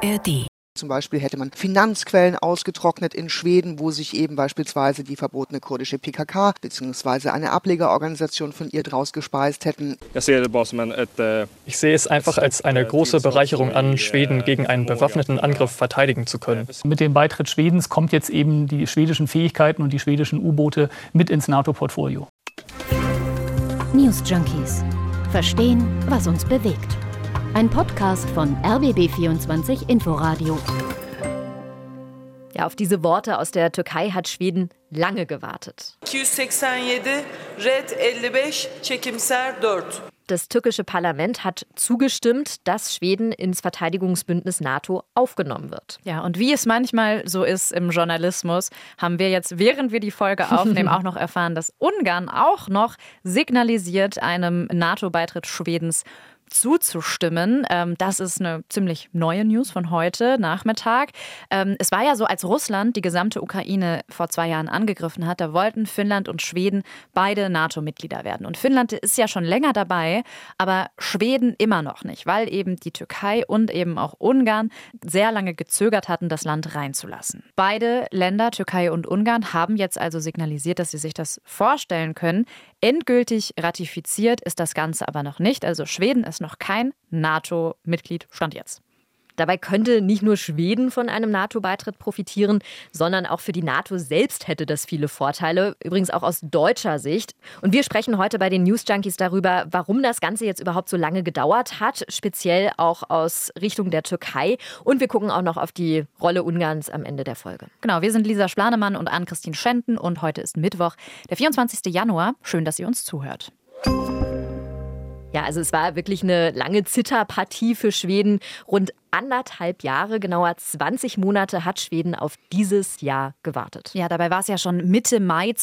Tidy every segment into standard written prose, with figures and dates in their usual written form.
ARD. Zum Beispiel hätte man Finanzquellen ausgetrocknet in Schweden, wo sich eben beispielsweise die verbotene kurdische PKK bzw. eine Ablegerorganisation von ihr draus gespeist hätten. Ich sehe es einfach als eine große Bereicherung an, Schweden gegen einen bewaffneten Angriff verteidigen zu können. Mit dem Beitritt Schwedens kommt jetzt eben die schwedischen Fähigkeiten und die schwedischen U-Boote mit ins NATO-Portfolio. News Junkies. Verstehen, was uns bewegt. Ein Podcast von RBB24 Inforadio. Ja, auf diese Worte aus der Türkei hat Schweden lange gewartet. 287 Red 55 Çekimser 4. Das türkische Parlament hat zugestimmt, dass Schweden ins Verteidigungsbündnis NATO aufgenommen wird. Ja, und wie es manchmal so ist im Journalismus, haben wir jetzt, während wir die Folge aufnehmen, auch noch erfahren, dass Ungarn auch noch signalisiert, einem NATO-Beitritt Schwedens zuzustimmen. Das ist eine ziemlich neue News von heute Nachmittag. Es war ja so, als Russland die gesamte Ukraine vor 2 Jahren angegriffen hat, da wollten Finnland und Schweden beide NATO-Mitglieder werden. Und Finnland ist ja schon länger dabei, aber Schweden immer noch nicht, weil eben die Türkei und eben auch Ungarn sehr lange gezögert hatten, das Land reinzulassen. Beide Länder, Türkei und Ungarn, haben jetzt also signalisiert, dass sie sich das vorstellen können. Endgültig ratifiziert ist das Ganze aber noch nicht. Also Schweden ist noch kein NATO-Mitglied, Stand jetzt. Dabei könnte nicht nur Schweden von einem NATO-Beitritt profitieren, sondern auch für die NATO selbst hätte das viele Vorteile, übrigens auch aus deutscher Sicht. Und wir sprechen heute bei den News Junkies darüber, warum das Ganze jetzt überhaupt so lange gedauert hat, speziell auch aus Richtung der Türkei. Und wir gucken auch noch auf die Rolle Ungarns am Ende der Folge. Genau, wir sind Lisa Splanemann und Ann-Christine Schenten und heute ist Mittwoch, der 24. Januar. Schön, dass ihr uns zuhört. Ja, also es war wirklich eine lange Zitterpartie für Schweden. Rund 1,5 Jahre, genauer 20 Monate hat Schweden auf dieses Jahr gewartet. Ja, dabei war es ja schon Mitte Mai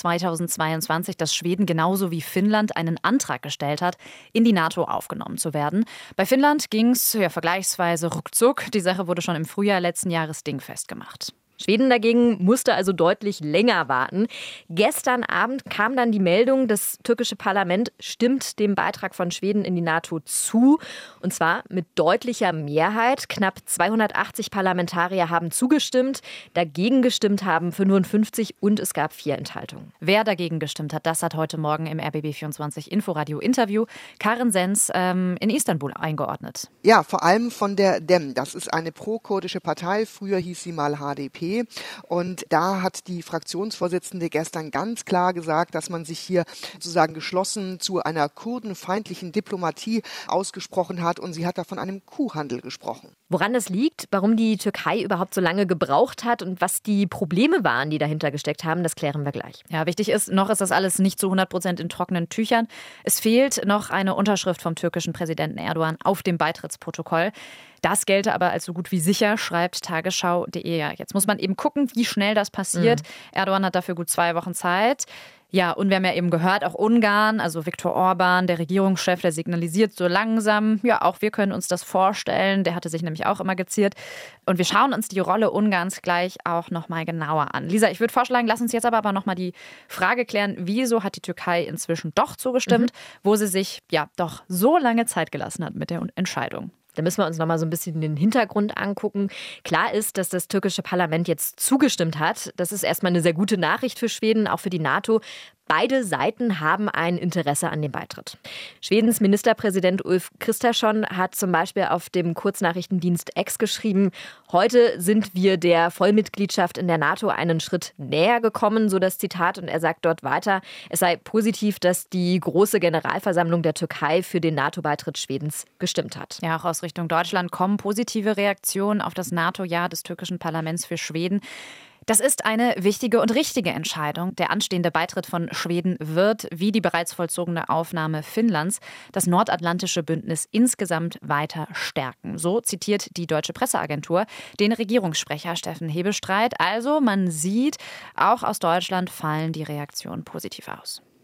2022, dass Schweden genauso wie Finnland einen Antrag gestellt hat, in die NATO aufgenommen zu werden. Bei Finnland ging es ja vergleichsweise ruckzuck. Die Sache wurde schon im Frühjahr letzten Jahres dingfest gemacht. Schweden dagegen musste also deutlich länger warten. Gestern Abend kam dann die Meldung, das türkische Parlament stimmt dem Beitrag von Schweden in die NATO zu. Und zwar mit deutlicher Mehrheit. Knapp 280 Parlamentarier haben zugestimmt. Dagegen gestimmt haben 55 und es gab 4 Enthaltungen. Wer dagegen gestimmt hat, das hat heute Morgen im RBB24 Inforadio-Interview Karin Sens in Istanbul eingeordnet. Ja, vor allem von der DEM. Das ist eine pro-kurdische Partei. Früher hieß sie mal HDP. Und da hat die Fraktionsvorsitzende gestern ganz klar gesagt, dass man sich hier sozusagen geschlossen zu einer kurdenfeindlichen Diplomatie ausgesprochen hat. Und sie hat da von einem Kuhhandel gesprochen. Woran das liegt, warum die Türkei überhaupt so lange gebraucht hat und was die Probleme waren, die dahinter gesteckt haben, das klären wir gleich. Ja, wichtig ist, noch ist das alles nicht zu 100% in trockenen Tüchern. Es fehlt noch eine Unterschrift vom türkischen Präsidenten Erdogan auf dem Beitrittsprotokoll. Das gelte aber als so gut wie sicher, schreibt Tagesschau.de. Ja, jetzt muss man eben gucken, wie schnell das passiert. Erdogan hat dafür gut 2 Wochen Zeit. Ja, und wir haben ja eben gehört, auch Ungarn, also Viktor Orbán, der Regierungschef, der signalisiert so langsam, ja, auch wir können uns das vorstellen. Der hatte sich nämlich auch immer geziert. Und wir schauen uns die Rolle Ungarns gleich auch nochmal genauer an. Lisa, ich würde vorschlagen, lass uns jetzt aber nochmal die Frage klären, wieso hat die Türkei inzwischen doch zugestimmt, wo sie sich ja doch so lange Zeit gelassen hat mit der Entscheidung. Da müssen wir uns noch mal so ein bisschen den Hintergrund angucken. Klar ist, dass das türkische Parlament jetzt zugestimmt hat. Das ist erstmal eine sehr gute Nachricht für Schweden, auch für die NATO. Beide Seiten haben ein Interesse an dem Beitritt. Schwedens Ministerpräsident Ulf Kristersson hat zum Beispiel auf dem Kurznachrichtendienst X geschrieben, heute sind wir der Vollmitgliedschaft in der NATO einen Schritt näher gekommen, so das Zitat. Und er sagt dort weiter, es sei positiv, dass die große Generalversammlung der Türkei für den NATO-Beitritt Schwedens gestimmt hat. Ja, auch aus Richtung Deutschland kommen positive Reaktionen auf das NATO-Jahr des türkischen Parlaments für Schweden. Das ist eine wichtige und richtige Entscheidung. Der anstehende Beitritt von Schweden wird, wie die bereits vollzogene Aufnahme Finnlands, das nordatlantische Bündnis insgesamt weiter stärken. So zitiert die deutsche Presseagentur den Regierungssprecher Steffen Hebestreit. Also man sieht, auch aus Deutschland fallen die Reaktionen positiv aus.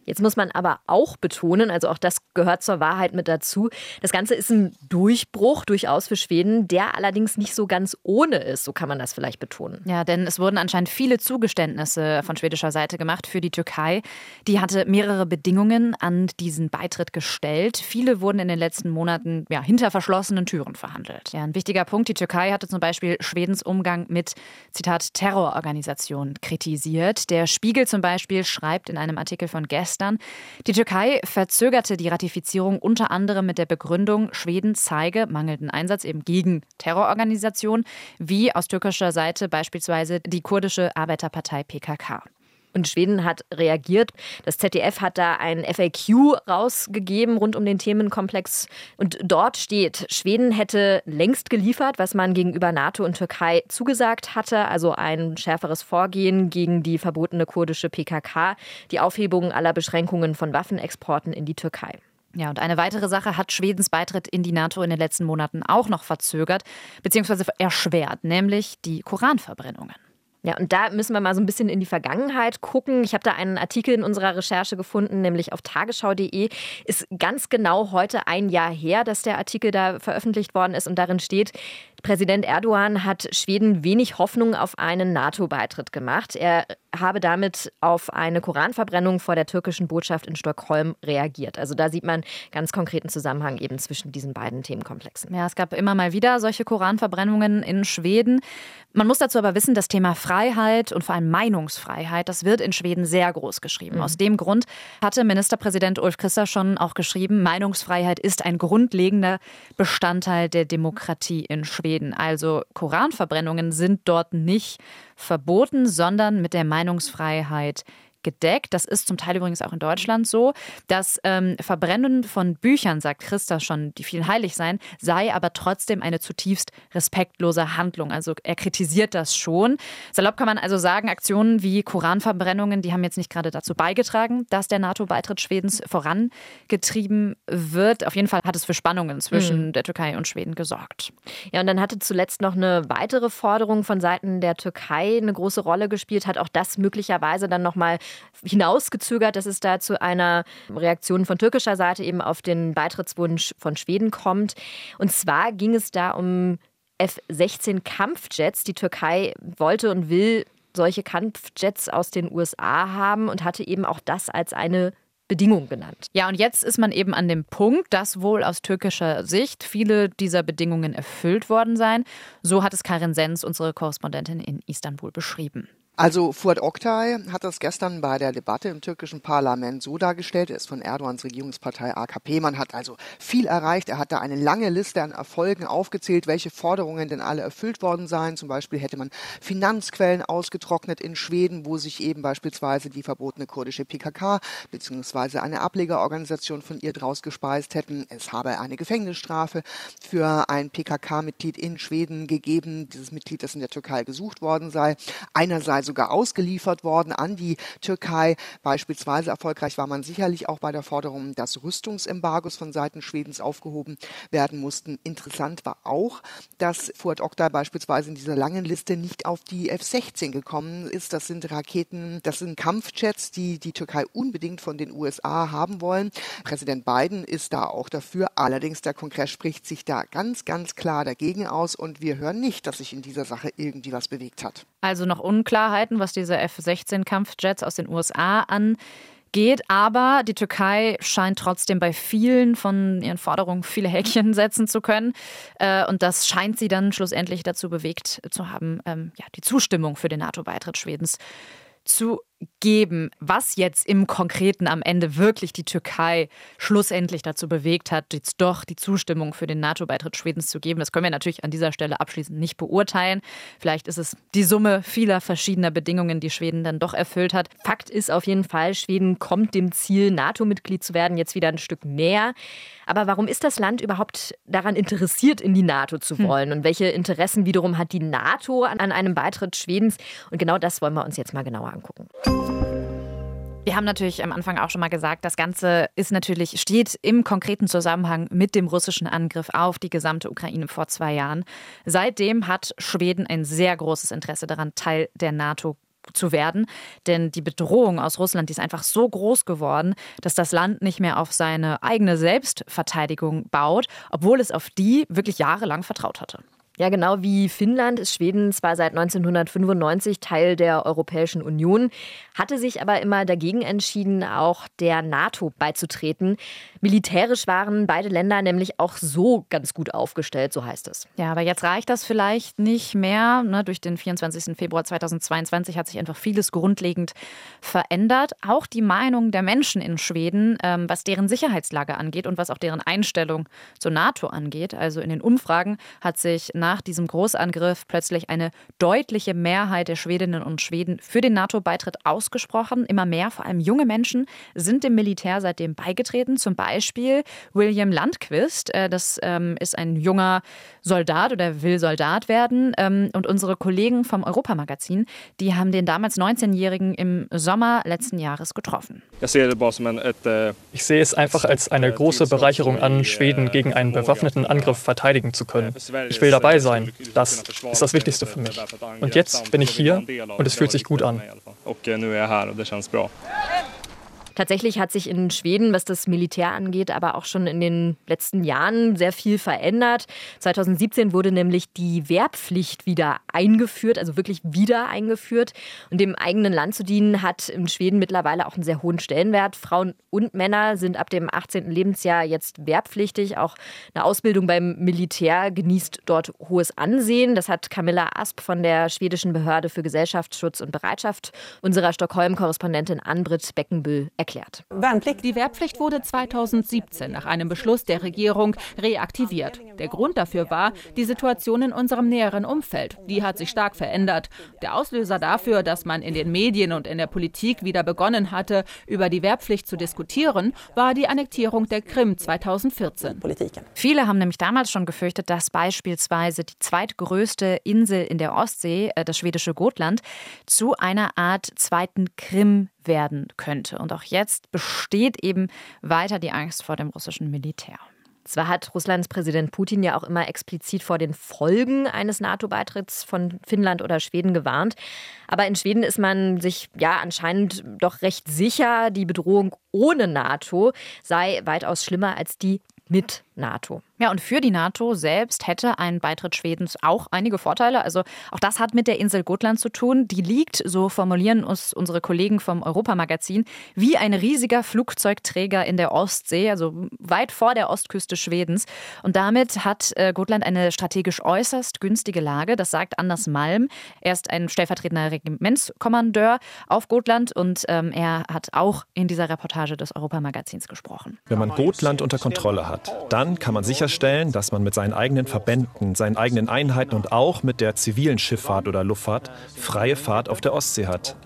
Jetzt muss man aber auch betonen, also auch das gehört zur Wahrheit mit dazu, das Ganze ist ein Durchbruch durchaus für Schweden, der allerdings nicht so ganz ohne ist, so kann man das vielleicht betonen. Ja, denn es wurden anscheinend viele Zugeständnisse von schwedischer Seite gemacht für die Türkei. Die hatte mehrere Bedingungen an diesen Beitritt gestellt. Viele wurden in den letzten Monaten hinter verschlossenen Türen verhandelt. Ja, ein wichtiger Punkt, die Türkei hatte zum Beispiel Schwedens Umgang mit, Zitat, Terrororganisationen kritisiert. Der Spiegel zum Beispiel schreibt in einem Artikel von gestern, die Türkei verzögerte die Ratifizierung unter anderem mit der Begründung, Schweden zeige mangelnden Einsatz eben gegen Terrororganisationen, wie aus türkischer Seite beispielsweise die kurdische Arbeiterpartei PKK. Und Schweden hat reagiert. Das ZDF hat da ein FAQ rausgegeben rund um den Themenkomplex. Und dort steht, Schweden hätte längst geliefert, was man gegenüber NATO und Türkei zugesagt hatte. Also ein schärferes Vorgehen gegen die verbotene kurdische PKK, die Aufhebung aller Beschränkungen von Waffenexporten in die Türkei. Ja, und eine weitere Sache hat Schwedens Beitritt in die NATO in den letzten Monaten auch noch verzögert bzw. erschwert, nämlich die Koranverbrennungen. Ja, und da müssen wir mal so ein bisschen in die Vergangenheit gucken. Ich habe da einen Artikel in unserer Recherche gefunden, nämlich auf tagesschau.de. Ist ganz genau heute ein Jahr her, dass der Artikel da veröffentlicht worden ist. Und darin steht, Präsident Erdogan hat Schweden wenig Hoffnung auf einen NATO-Beitritt gemacht. Er habe damit auf eine Koranverbrennung vor der türkischen Botschaft in Stockholm reagiert. Also da sieht man ganz konkreten Zusammenhang eben zwischen diesen beiden Themenkomplexen. Ja, es gab immer mal wieder solche Koranverbrennungen in Schweden. Man muss dazu aber wissen, das Thema Freiheit und vor allem Meinungsfreiheit, das wird in Schweden sehr groß geschrieben. Aus dem Grund hatte Ministerpräsident Ulf Kristersson auch geschrieben, Meinungsfreiheit ist ein grundlegender Bestandteil der Demokratie in Schweden. Also Koranverbrennungen sind dort nicht verboten, sondern mit der Meinungsfreiheit gedeckt. Das ist zum Teil übrigens auch in Deutschland so. Das Verbrennen von Büchern, sagt Kristersson, die vielen heilig seien, sei aber trotzdem eine zutiefst respektlose Handlung. Also er kritisiert das schon. Salopp kann man also sagen, Aktionen wie Koranverbrennungen, die haben jetzt nicht gerade dazu beigetragen, dass der NATO-Beitritt Schwedens vorangetrieben wird. Auf jeden Fall hat es für Spannungen zwischen der Türkei und Schweden gesorgt. Ja, und dann hatte zuletzt noch eine weitere Forderung von Seiten der Türkei eine große Rolle gespielt, hat auch das möglicherweise dann nochmal hinausgezögert, dass es da zu einer Reaktion von türkischer Seite eben auf den Beitrittswunsch von Schweden kommt. Und zwar ging es da um F-16 Kampfjets. Die Türkei wollte und will solche Kampfjets aus den USA haben und hatte eben auch das als eine Bedingung genannt. Ja, und jetzt ist man eben an dem Punkt, dass wohl aus türkischer Sicht viele dieser Bedingungen erfüllt worden seien. So hat es Karin Sens, unsere Korrespondentin in Istanbul, beschrieben. Also Fuat Oktay hat das gestern bei der Debatte im türkischen Parlament so dargestellt, er ist von Erdogans Regierungspartei AKP. Man hat also viel erreicht. Er hat da eine lange Liste an Erfolgen aufgezählt, welche Forderungen denn alle erfüllt worden seien. Zum Beispiel hätte man Finanzquellen ausgetrocknet in Schweden, wo sich eben beispielsweise die verbotene kurdische PKK bzw. eine Ablegerorganisation von ihr draus gespeist hätten. Es habe eine Gefängnisstrafe für ein PKK-Mitglied in Schweden gegeben. Dieses Mitglied, das in der Türkei gesucht worden sei. Einer sei sogar ausgeliefert worden an die Türkei. Beispielsweise erfolgreich war man sicherlich auch bei der Forderung, dass Rüstungsembargos von Seiten Schwedens aufgehoben werden mussten. Interessant war auch, dass Fuat Oktay beispielsweise in dieser langen Liste nicht auf die F-16 gekommen ist. Das sind Raketen, das sind Kampfjets, die die Türkei unbedingt von den USA haben wollen. Präsident Biden ist da auch dafür. Allerdings der Kongress spricht sich da ganz, ganz klar dagegen aus und wir hören nicht, dass sich in dieser Sache irgendwie was bewegt hat. Also noch Unklarheiten, was diese F-16-Kampfjets aus den USA angeht. Aber die Türkei scheint trotzdem bei vielen von ihren Forderungen viele Häkchen setzen zu können. Und das scheint sie dann schlussendlich dazu bewegt zu haben, die Zustimmung für den NATO-Beitritt Schwedens zu geben. Was jetzt im Konkreten am Ende wirklich die Türkei schlussendlich dazu bewegt hat, jetzt doch die Zustimmung für den NATO-Beitritt Schwedens zu geben, das können wir natürlich an dieser Stelle abschließend nicht beurteilen. Vielleicht ist es die Summe vieler verschiedener Bedingungen, die Schweden dann doch erfüllt hat. Fakt ist auf jeden Fall, Schweden kommt dem Ziel, NATO-Mitglied zu werden, jetzt wieder ein Stück näher. Aber warum ist das Land überhaupt daran interessiert, in die NATO zu wollen? Und welche Interessen wiederum hat die NATO an einem Beitritt Schwedens? Und genau das wollen wir uns jetzt mal genauer angucken. Wir haben natürlich am Anfang auch schon mal gesagt, das Ganze steht im konkreten Zusammenhang mit dem russischen Angriff auf die gesamte Ukraine vor 2 Jahren. Seitdem hat Schweden ein sehr großes Interesse daran, Teil der NATO zu werden. Denn die Bedrohung aus Russland, die ist einfach so groß geworden, dass das Land nicht mehr auf seine eigene Selbstverteidigung baut, obwohl es auf die wirklich jahrelang vertraut hatte. Ja, genau wie Finnland ist Schweden zwar seit 1995 Teil der Europäischen Union, hatte sich aber immer dagegen entschieden, auch der NATO beizutreten. Militärisch waren beide Länder nämlich auch so ganz gut aufgestellt, so heißt es. Ja, aber jetzt reicht das vielleicht nicht mehr. Durch den 24. Februar 2022 hat sich einfach vieles grundlegend verändert. Auch die Meinung der Menschen in Schweden, was deren Sicherheitslage angeht und was auch deren Einstellung zur NATO angeht. Also in den Umfragen hat sich nach diesem Großangriff plötzlich eine deutliche Mehrheit der Schwedinnen und Schweden für den NATO-Beitritt ausgesprochen. Immer mehr, vor allem junge Menschen, sind dem Militär seitdem beigetreten. Zum Beispiel William Landquist, das ist ein junger Soldat oder will Soldat werden. Und unsere Kollegen vom Europamagazin, die haben den damals 19-Jährigen im Sommer letzten Jahres getroffen. Ich sehe es einfach als eine große Bereicherung an, Schweden gegen einen bewaffneten Angriff verteidigen zu können. Ich will dabei sein. Das ist das Wichtigste für mich. Und jetzt bin ich hier und es fühlt sich gut an. Tatsächlich hat sich in Schweden, was das Militär angeht, aber auch schon in den letzten Jahren sehr viel verändert. 2017 wurde nämlich die Wehrpflicht wieder eingeführt, also wirklich wieder eingeführt. Und dem eigenen Land zu dienen hat in Schweden mittlerweile auch einen sehr hohen Stellenwert. Frauen und Männer sind ab dem 18. Lebensjahr jetzt wehrpflichtig. Auch eine Ausbildung beim Militär genießt dort hohes Ansehen. Das hat Camilla Asp von der schwedischen Behörde für Gesellschaftsschutz und Bereitschaft unserer Stockholm-Korrespondentin Ann-Britt Beckenbüll erklärt. Die Wehrpflicht wurde 2017 nach einem Beschluss der Regierung reaktiviert. Der Grund dafür war die Situation in unserem näheren Umfeld. Die hat sich stark verändert. Der Auslöser dafür, dass man in den Medien und in der Politik wieder begonnen hatte, über die Wehrpflicht zu diskutieren, war die Annektierung der Krim 2014. Viele haben nämlich damals schon gefürchtet, dass beispielsweise die zweitgrößte Insel in der Ostsee, das schwedische Gotland, zu einer Art zweiten Krim werden könnte. Und auch jetzt besteht eben weiter die Angst vor dem russischen Militär. Zwar hat Russlands Präsident Putin ja auch immer explizit vor den Folgen eines NATO-Beitritts von Finnland oder Schweden gewarnt. Aber in Schweden ist man sich ja anscheinend doch recht sicher, die Bedrohung ohne NATO sei weitaus schlimmer als die mit NATO. Ja, und für die NATO selbst hätte ein Beitritt Schwedens auch einige Vorteile. Also auch das hat mit der Insel Gotland zu tun. Die liegt, so formulieren uns unsere Kollegen vom Europamagazin, wie ein riesiger Flugzeugträger in der Ostsee, also weit vor der Ostküste Schwedens. Und damit hat Gotland eine strategisch äußerst günstige Lage. Das sagt Anders Malm. Er ist ein stellvertretender Regimentskommandeur auf Gotland und er hat auch in dieser Reportage des Europamagazins gesprochen. Wenn man Gotland unter Kontrolle hat, dann kann man sicherstellen, dass man mit seinen eigenen Verbänden, seinen eigenen Einheiten und auch mit der zivilen Schifffahrt oder Luftfahrt freie Fahrt auf der Ostsee hat.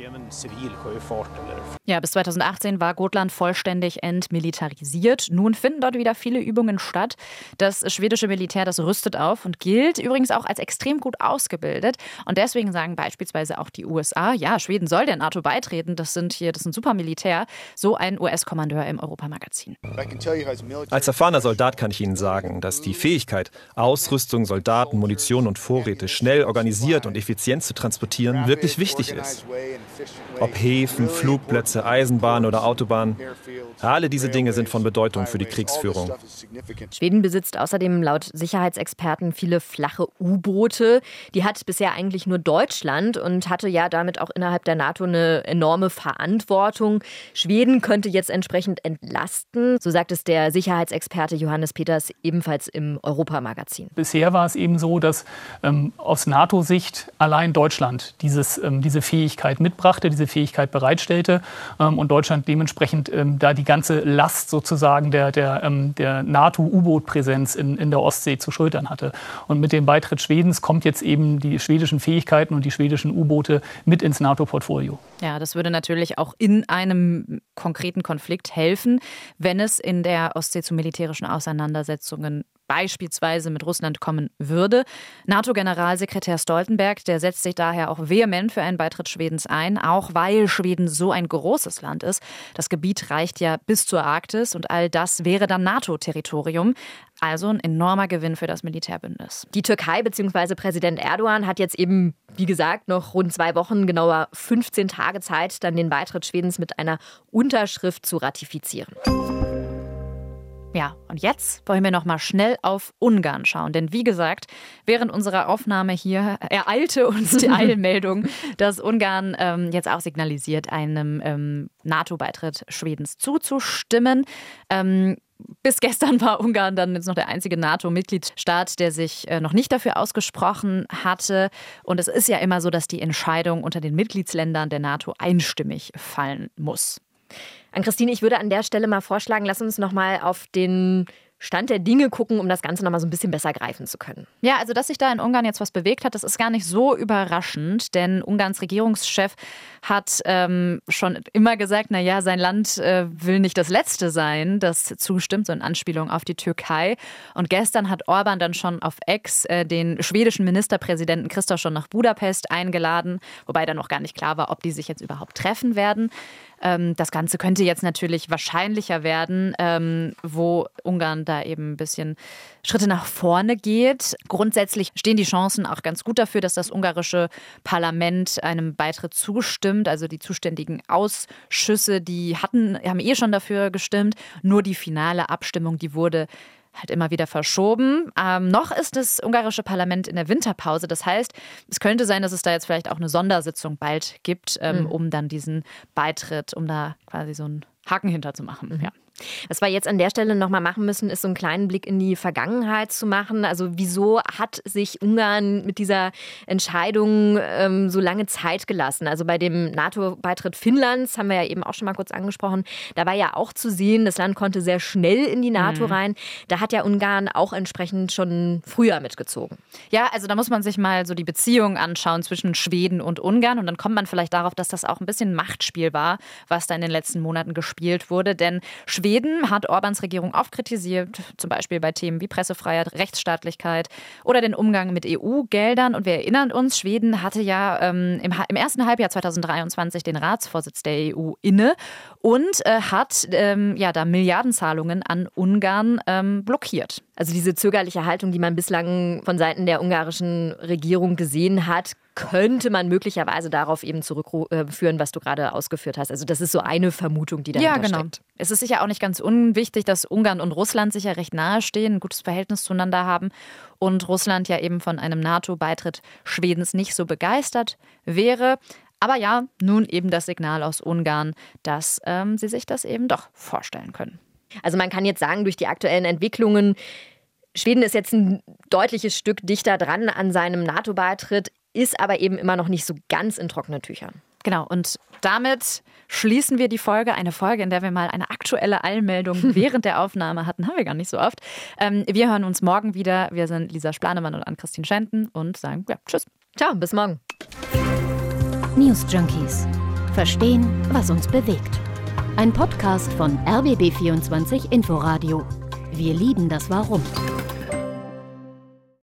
Ja, bis 2018 war Gotland vollständig entmilitarisiert. Nun finden dort wieder viele Übungen statt. Das schwedische Militär, das rüstet auf und gilt übrigens auch als extrem gut ausgebildet. Und deswegen sagen beispielsweise auch die USA, ja, Schweden soll der NATO beitreten. Das sind super Militär. So ein US-Kommandeur im Europamagazin. Als erfahrener Soldat kann ich Ihnen sagen, dass die Fähigkeit, Ausrüstung, Soldaten, Munition und Vorräte schnell, organisiert und effizient zu transportieren, wirklich wichtig ist. Ob Häfen, Flugplätze, Eisenbahnen oder Autobahnen, alle diese Dinge sind von Bedeutung für die Kriegsführung. Schweden besitzt außerdem laut Sicherheitsexperten viele flache U-Boote. Die hat bisher eigentlich nur Deutschland und hatte ja damit auch innerhalb der NATO eine enorme Verantwortung. Schweden könnte jetzt entsprechend entlasten, so sagt es der Sicherheitsexperte Johannes Peters ebenfalls im Europamagazin. Bisher war es eben so, dass aus NATO-Sicht allein Deutschland diese Fähigkeit mitbrachte, diese Fähigkeit bereitstellte und Deutschland dementsprechend da die ganze Last sozusagen der NATO-U-Boot-Präsenz in der Ostsee zu schultern hatte. Und mit dem Beitritt Schwedens kommt jetzt eben die schwedischen Fähigkeiten und die schwedischen U-Boote mit ins NATO-Portfolio. Ja, das würde natürlich auch in einem konkreten Konflikt helfen, wenn es in der Ostsee zu militärischen Auseinandersetzungen beispielsweise mit Russland kommen würde. NATO-Generalsekretär Stoltenberg, der setzt sich daher auch vehement für einen Beitritt Schwedens ein, auch weil Schweden so ein großes Land ist. Das Gebiet reicht ja bis zur Arktis und all das wäre dann NATO-Territorium. Also ein enormer Gewinn für das Militärbündnis. Die Türkei bzw. Präsident Erdogan hat jetzt eben, wie gesagt, noch rund 2 Wochen, genauer 15 Tage Zeit, dann den Beitritt Schwedens mit einer Unterschrift zu ratifizieren. Ja, und jetzt wollen wir noch mal schnell auf Ungarn schauen. Denn wie gesagt, während unserer Aufnahme hier ereilte uns die Eilmeldung, dass Ungarn jetzt auch signalisiert, einem NATO-Beitritt Schwedens zuzustimmen. Bis gestern war Ungarn dann jetzt noch der einzige NATO-Mitgliedsstaat, der sich noch nicht dafür ausgesprochen hatte. Und es ist ja immer so, dass die Entscheidung unter den Mitgliedsländern der NATO einstimmig fallen muss. Ann-Christine, ich würde an der Stelle mal vorschlagen, lass uns noch mal auf den Stand der Dinge gucken, um das Ganze noch mal so ein bisschen besser greifen zu können. Ja, also dass sich da in Ungarn jetzt was bewegt hat, das ist gar nicht so überraschend, denn Ungarns Regierungschef hat schon immer gesagt, na sein Land will nicht das Letzte sein, das zustimmt, so in Anspielung auf die Türkei. Und gestern hat Orbán dann schon auf X den schwedischen Ministerpräsidenten Kristersson nach Budapest eingeladen, wobei dann noch gar nicht klar war, ob die sich jetzt überhaupt treffen werden. Das Ganze könnte jetzt natürlich wahrscheinlicher werden, wo Ungarn da eben ein bisschen Schritte nach vorne geht. Grundsätzlich stehen die Chancen auch ganz gut dafür, dass das ungarische Parlament einem Beitritt zustimmt. Also die zuständigen Ausschüsse, haben schon dafür gestimmt. Nur die finale Abstimmung, die wurde halt immer wieder verschoben. Noch ist das ungarische Parlament in der Winterpause. Das heißt, es könnte sein, dass es da jetzt vielleicht auch eine Sondersitzung bald gibt, um dann diesen Beitritt, um da quasi so einen Haken hinter zu machen. Ja. Was wir jetzt an der Stelle nochmal machen müssen, ist so einen kleinen Blick in die Vergangenheit zu machen. Also wieso hat sich Ungarn mit dieser Entscheidung so lange Zeit gelassen? Also bei dem NATO-Beitritt Finnlands, haben wir ja eben auch schon mal kurz angesprochen, da war ja auch zu sehen, das Land konnte sehr schnell in die NATO rein. Da hat ja Ungarn auch entsprechend schon früher mitgezogen. Ja, also da muss man sich mal so die Beziehung anschauen zwischen Schweden und Ungarn und dann kommt man vielleicht darauf, dass das auch ein bisschen Machtspiel war, was da in den letzten Monaten gespielt wurde, denn Schweden hat Orbáns Regierung oft kritisiert, zum Beispiel bei Themen wie Pressefreiheit, Rechtsstaatlichkeit oder den Umgang mit EU-Geldern. Und wir erinnern uns, Schweden hatte ja im ersten Halbjahr 2023 den Ratsvorsitz der EU inne und hat da Milliardenzahlungen an Ungarn blockiert. Also diese zögerliche Haltung, die man bislang von Seiten der ungarischen Regierung gesehen hat, könnte man möglicherweise darauf eben zurückführen, was du gerade ausgeführt hast. Also das ist so eine Vermutung, die dahinter steckt. Es ist sicher auch nicht ganz unwichtig, dass Ungarn und Russland sich ja recht nahe stehen, ein gutes Verhältnis zueinander haben und Russland ja eben von einem NATO-Beitritt Schwedens nicht so begeistert wäre. Aber ja, nun eben das Signal aus Ungarn, dass sie sich das eben doch vorstellen können. Also man kann jetzt sagen, durch die aktuellen Entwicklungen, Schweden ist jetzt ein deutliches Stück dichter dran an seinem NATO-Beitritt, ist aber eben immer noch nicht so ganz in trockenen Tüchern. Genau, und damit schließen wir die Folge. Eine Folge, in der wir mal eine aktuelle Eilmeldung während der Aufnahme hatten. Haben wir gar nicht so oft. Wir hören uns morgen wieder. Wir sind Lisa Splanemann und Ann-Christine Schenten und sagen tschüss. Ciao, bis morgen. News Junkies. Verstehen, was uns bewegt. Ein Podcast von RBB24 Inforadio. Wir lieben das Warum.